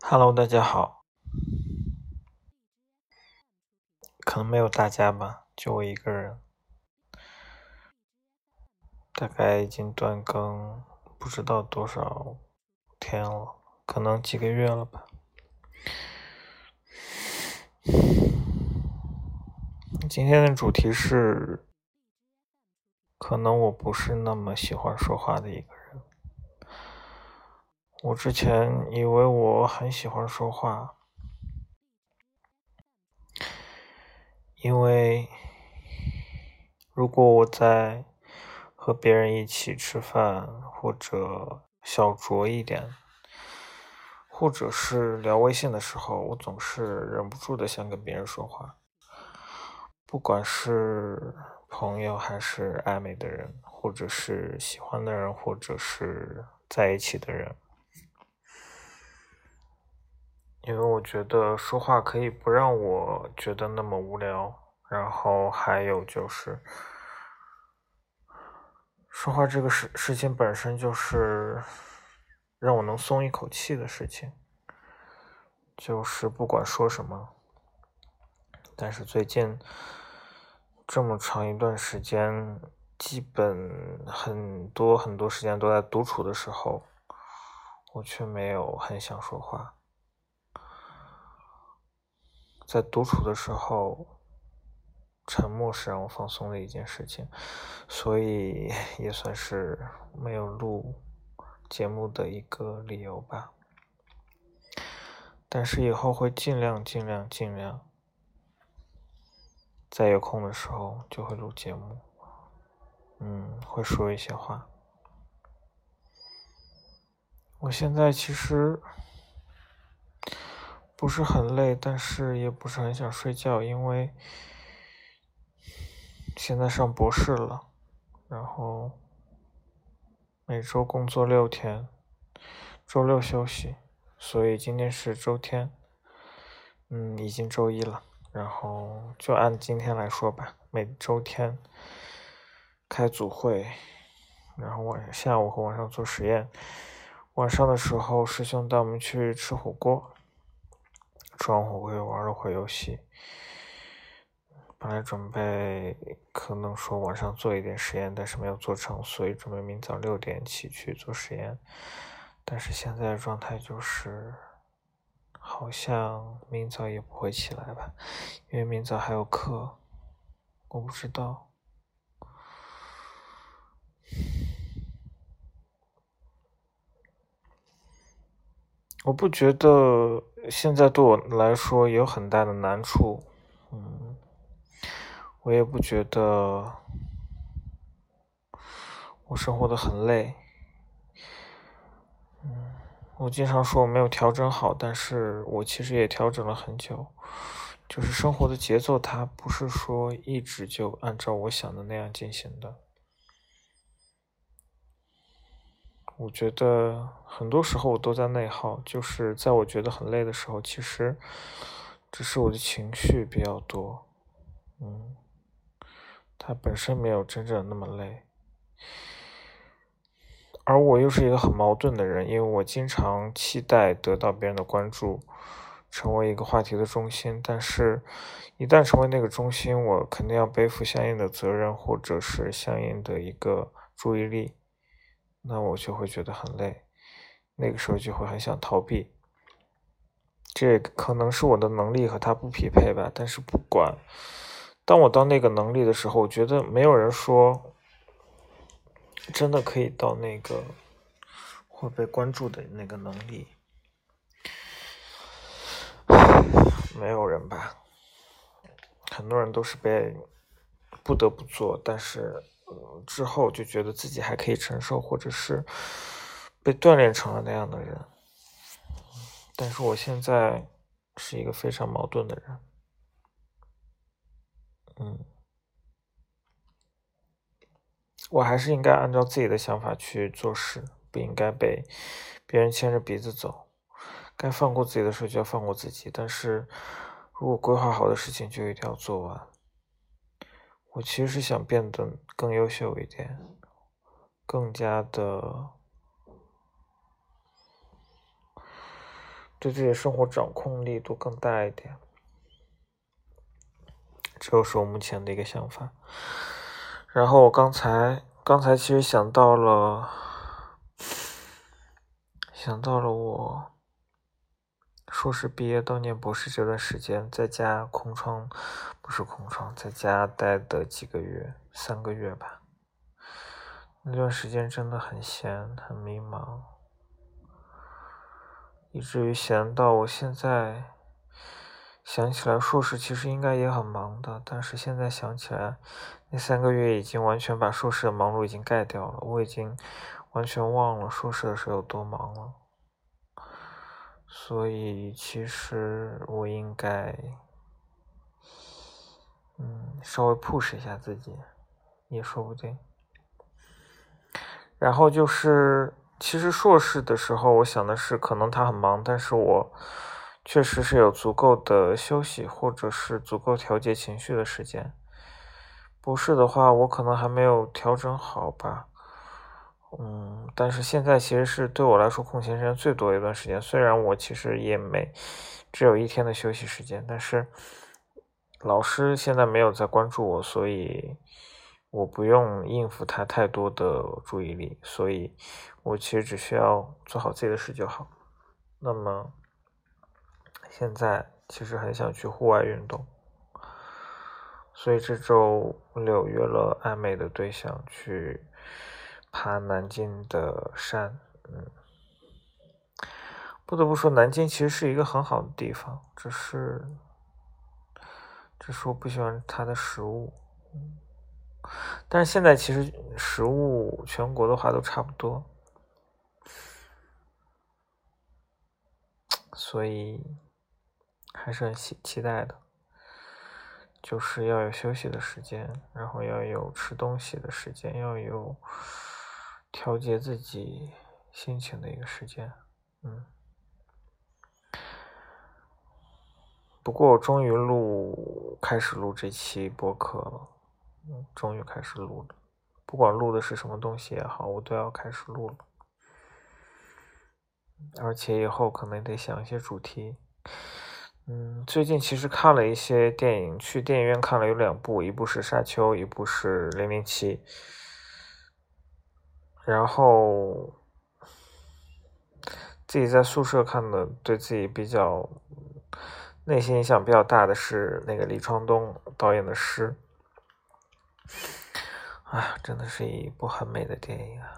Hello，大家好。可能没有大家吧，就我一个人。大概已经断更不知道多少天了，可能几个月了吧。今天的主题是，可能我不是那么喜欢说话的一个人。我之前以为我很喜欢说话，因为如果我在和别人一起吃饭，或者小酌一点，或者是聊微信的时候，我总是忍不住的想跟别人说话，不管是朋友还是暧昧的人，或者是喜欢的人，或者是在一起的人。因为我觉得说话可以不让我觉得那么无聊，然后还有就是说话这个事情本身就是让我能松一口气的事情，就是不管说什么。但是最近这么长一段时间，基本很多时间都在独处的时候，我却没有很想说话。在独处的时候，沉默是让我放松的一件事情，所以也算是没有录节目的一个理由吧。但是以后会尽量在有空的时候就会录节目，会说一些话。我现在其实不是很累，但是也不是很想睡觉，因为现在上博士了，然后每周工作6天，周六休息，所以今天是周天，已经周一了，然后就按今天来说吧，每周天开组会，然后下午和晚上做实验，晚上的时候师兄带我们去吃火锅，吃完火锅玩了会游戏。本来准备可能说晚上做一点实验，但是没有做成，所以准备明早6点起去做实验。但是现在的状态就是好像明早也不会起来吧，因为明早还有课，我不知道。我不觉得现在对我来说有很大的难处，我也不觉得我生活的很累，我经常说我没有调整好，但是我其实也调整了很久。就是生活的节奏，它不是说一直就按照我想的那样进行的。我觉得很多时候我都在内耗，就是在我觉得很累的时候，其实只是我的情绪比较多，它本身没有真正那么累。而我又是一个很矛盾的人，因为我经常期待得到别人的关注，成为一个话题的中心，但是一旦成为那个中心，我肯定要背负相应的责任，或者是相应的一个注意力，那我就会觉得很累，那个时候就会很想逃避。这可能是我的能力和他不匹配吧，但是不管，当我到那个能力的时候，我觉得没有人说真的可以到那个会被关注的那个能力，没有人吧，很多人都是被不得不做，但是之后就觉得自己还可以承受，或者是被锻炼成了那样的人。但是我现在是一个非常矛盾的人，我还是应该按照自己的想法去做事，不应该被别人牵着鼻子走。该放过自己的时候就要放过自己，但是如果规划好的事情就一定要做完。我其实是想变得更优秀一点，更加的对自己的生活掌控力度更大一点。这就是我目前的一个想法。然后我刚才其实想到了我硕士毕业到念博士这段时间，在家在家待的几个月，3个月吧。那段时间真的很闲，很迷茫，以至于闲到我现在想起来，硕士其实应该也很忙的，但是现在想起来，那3个月已经完全把硕士的忙碌已经盖掉了，我已经完全忘了硕士的时候有多忙了。所以其实我应该稍微 push 一下自己也说不定。然后就是其实硕士的时候我想的是可能他很忙，但是我确实是有足够的休息或者是足够调节情绪的时间。博士的话我可能还没有调整好吧。但是现在其实是对我来说空闲时间最多的一段时间，虽然我其实也只有1天的休息时间，但是老师现在没有在关注我，所以我不用应付他太多的注意力，所以我其实只需要做好自己的事就好。那么现在其实很想去户外运动，所以这周6约了暧昧的对象去爬南京的山。不得不说南京其实是一个很好的地方，只是我不喜欢它的食物。但是现在其实食物全国的话都差不多，所以还是很期待的，就是要有休息的时间，然后要有吃东西的时间，要有调节自己心情的一个时间。不过我终于开始录这期播客了，终于开始录了，不管录的是什么东西也好，我都要开始录了。而且以后可能得想一些主题。最近其实看了一些电影，去电影院看了有2部，一部是《沙丘》，一部是《007》。然后自己在宿舍看的，对自己比较内心影响比较大的是那个李沧东导演的《诗》。真的是一部很美的电影啊。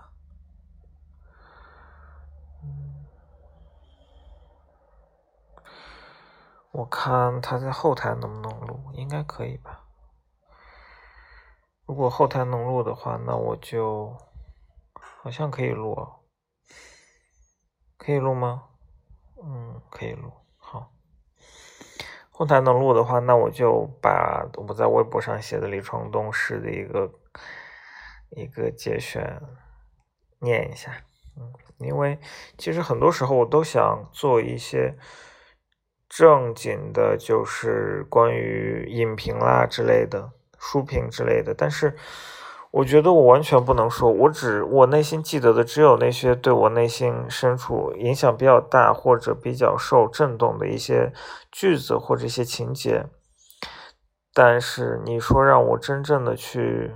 我看他在后台能不能录，应该可以吧。如果后台能录的话，那我就好像可以录哦。可以录吗？可以录。好，后台能录的话，那我就把我在微博上写的李沧东诗的一个节选念一下。因为其实很多时候我都想做一些正经的，就是关于影评啦之类的，书评之类的，但是我觉得我完全不能说，我内心记得的只有那些对我内心深处影响比较大或者比较受震动的一些句子或者一些情节。但是你说让我真正的去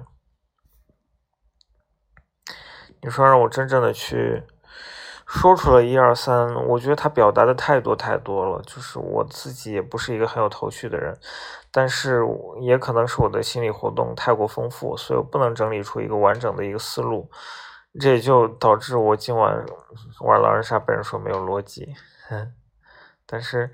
说出了1、2、3，我觉得他表达的太多了，就是我自己也不是一个很有头绪的人，但是也可能是我的心理活动太过丰富，所以我不能整理出一个完整的一个思路，这也就导致我今晚玩狼人杀被人说没有逻辑。但是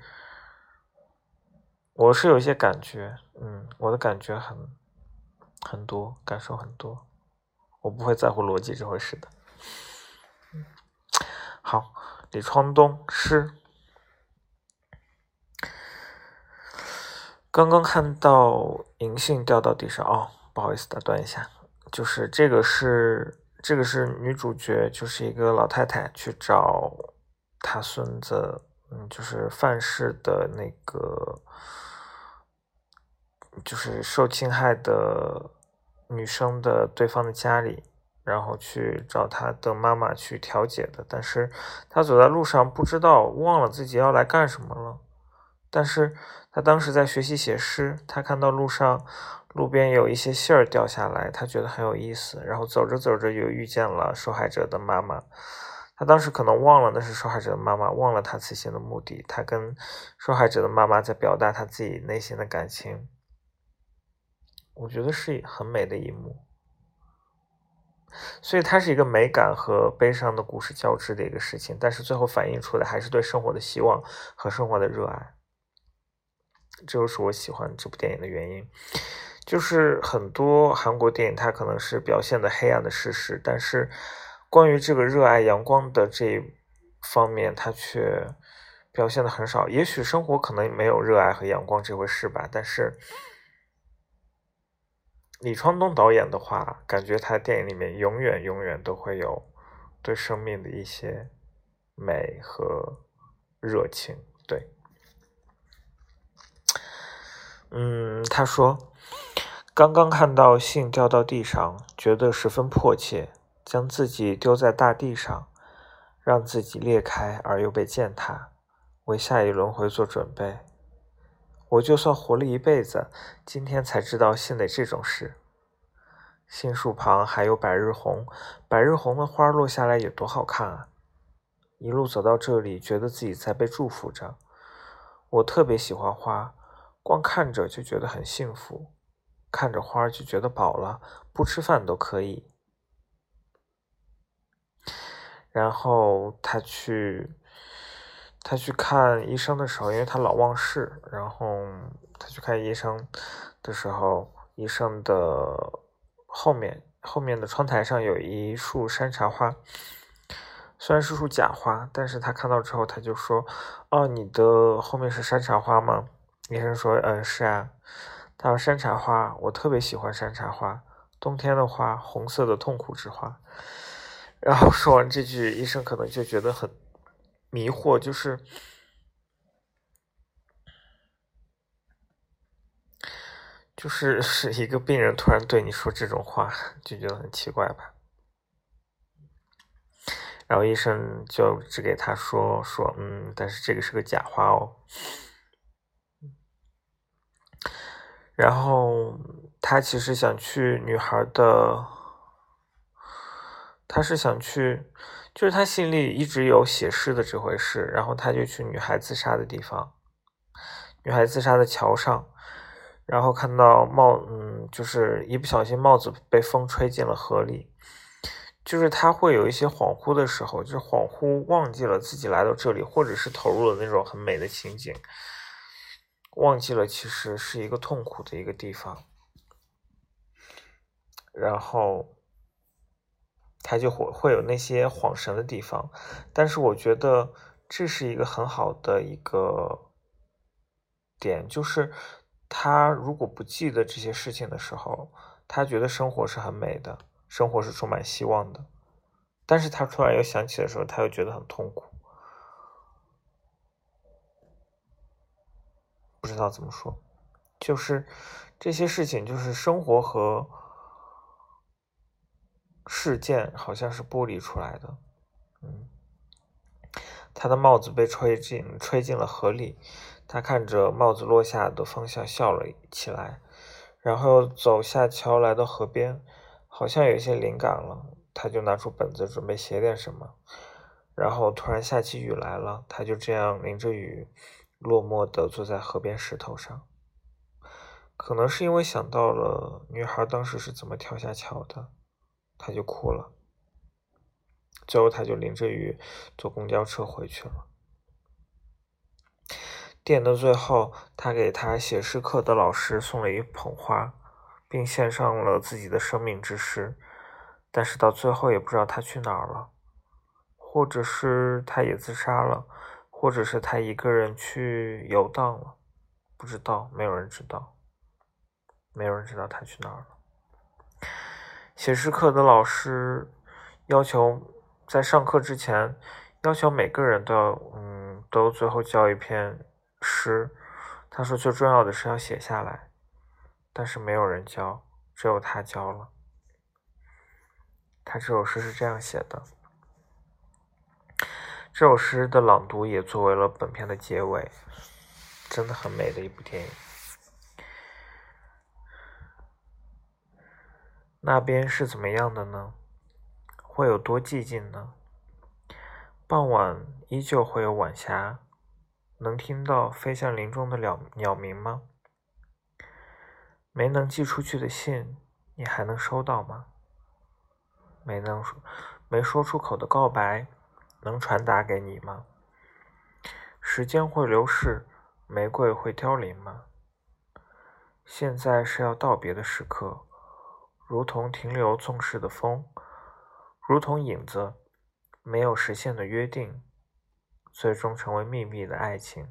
我是有一些感觉，我的感觉很多，感受很多，我不会在乎逻辑这回事的。好，李沧东诗。刚刚看到银杏掉到地上，不好意思打断一下，就是这个是女主角，就是一个老太太去找她孙子，就是范氏的那个，就是受侵害的女生的对方的家里， 然后去找他的妈妈去调解的。但是他走在路上不知道忘了自己要来干什么了。但是他当时在学习写诗，他看到路边有一些信儿掉下来，他觉得很有意思，然后走着走着又遇见了受害者的妈妈。他当时可能忘了那是受害者的妈妈，忘了他此行的目的，他跟受害者的妈妈在表达他自己内心的感情。我觉得是很美的一幕。所以它是一个美感和悲伤的故事交织的一个事情，但是最后反映出来还是对生活的希望和生活的热爱。这就是我喜欢这部电影的原因。就是很多韩国电影它可能是表现的黑暗的事实，但是关于这个热爱阳光的这一方面它却表现的很少。也许生活可能没有热爱和阳光这回事吧，但是李沧东导演的话，感觉他电影里面永远都会有对生命的一些美和热情。对，他说刚刚看到信掉到地上，觉得十分迫切，将自己丢在大地上，让自己裂开而又被践踏，为下一轮回做准备。我就算活了一辈子，今天才知道信得这种事。杏树旁还有百日红，百日红的花落下来有多好看啊！一路走到这里，觉得自己在被祝福着。我特别喜欢花，光看着就觉得很幸福，看着花就觉得饱了，不吃饭都可以。然后他去看医生的时候，因为他老忘事，然后他去看医生的时候，医生的后面的窗台上有一束山茶花，虽然是束假花，但是他看到之后他就说，哦，你的后面是山茶花吗？医生说，是啊。他说山茶花，我特别喜欢山茶花，冬天的花，红色的痛苦之花。然后说完这句，医生可能就觉得很迷惑，是一个病人突然对你说这种话，就觉得很奇怪吧。然后医生就只给他说，但是这个是个假花哦。然后他其实想去女孩的，他是想去，就是他心里一直有写诗的这回事，然后他就去女孩自杀的地方，女孩自杀的桥上，然后看到就是一不小心帽子被风吹进了河里，就是他会有一些恍惚的时候，就是恍惚忘记了自己来到这里，或者是投入了那种很美的情景，忘记了其实是一个痛苦的一个地方，然后他就会有那些恍神的地方，但是我觉得这是一个很好的一个点，就是他如果不记得这些事情的时候，他觉得生活是很美的，生活是充满希望的，但是他突然又想起的时候，他又觉得很痛苦，不知道怎么说，就是这些事情，就是生活和事件好像是剥离出来的。他的帽子被吹进了河里，他看着帽子落下的方向笑了起来，然后走下桥来到河边，好像有些灵感了，他就拿出本子准备写点什么，然后突然下起雨来了，他就这样淋着雨，落寞地坐在河边石头上。可能是因为想到了女孩当时是怎么跳下桥的，他就哭了。最后他就淋着雨坐公交车回去了。电影的最后，他给他写诗课的老师送了一捧花，并献上了自己的生命之诗。但是到最后也不知道他去哪儿了，或者是他也自杀了，或者是他一个人去游荡了，不知道，没有人知道，没有人知道他去哪儿了。写诗课的老师要求在上课之前，要求每个人都最后交一篇诗。他说最重要的是要写下来，但是没有人交，只有他交了。 他这首诗是这样写的。这首诗的朗读也作为了本片的结尾，真的很美的一部电影。那边是怎么样的呢？会有多寂静呢？傍晚依旧会有晚霞，能听到飞向林中的鸟鸣吗？没能寄出去的信，你还能收到吗？没说出口的告白，能传达给你吗？时间会流逝，玫瑰会凋零吗？现在是要道别的时刻，如同停留纵逝的风，如同影子，没有实现的约定，最终成为秘密的爱情。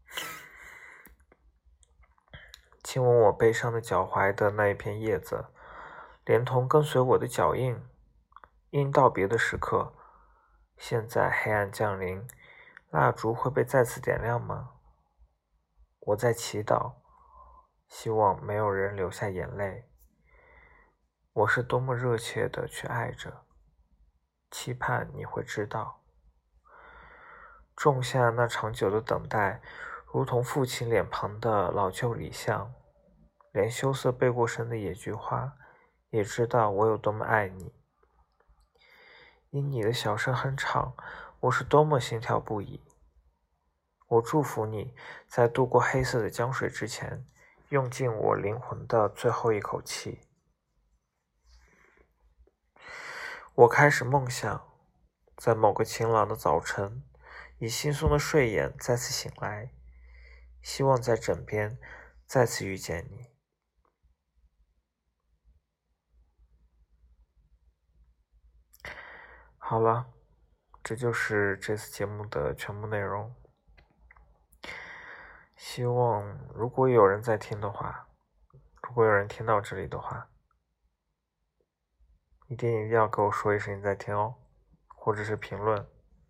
亲吻我悲伤的脚踝的那一片叶子，连同跟随我的脚印，因道别的时刻，现在黑暗降临，蜡烛会被再次点亮吗？我在祈祷，希望没有人流下眼泪。我是多么热切地去爱着，期盼你会知道。种下那长久的等待，如同父亲脸庞的老旧礼像，连羞涩背过身的野菊花也知道我有多么爱你。因你的小声哼唱，我是多么心跳不已。我祝福你在渡过黑色的江水之前，用尽我灵魂的最后一口气。我开始梦想，在某个晴朗的早晨，以惺忪的睡眼再次醒来，希望在枕边再次遇见你。好了，这就是这次节目的全部内容。希望如果有人在听的话，如果有人听到这里的话，一定要跟我说一声你在听哦，或者是评论。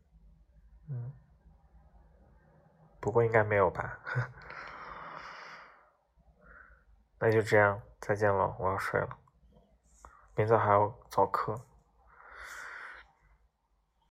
不过应该没有吧。那就这样，再见了，我要睡了，明早还要早课。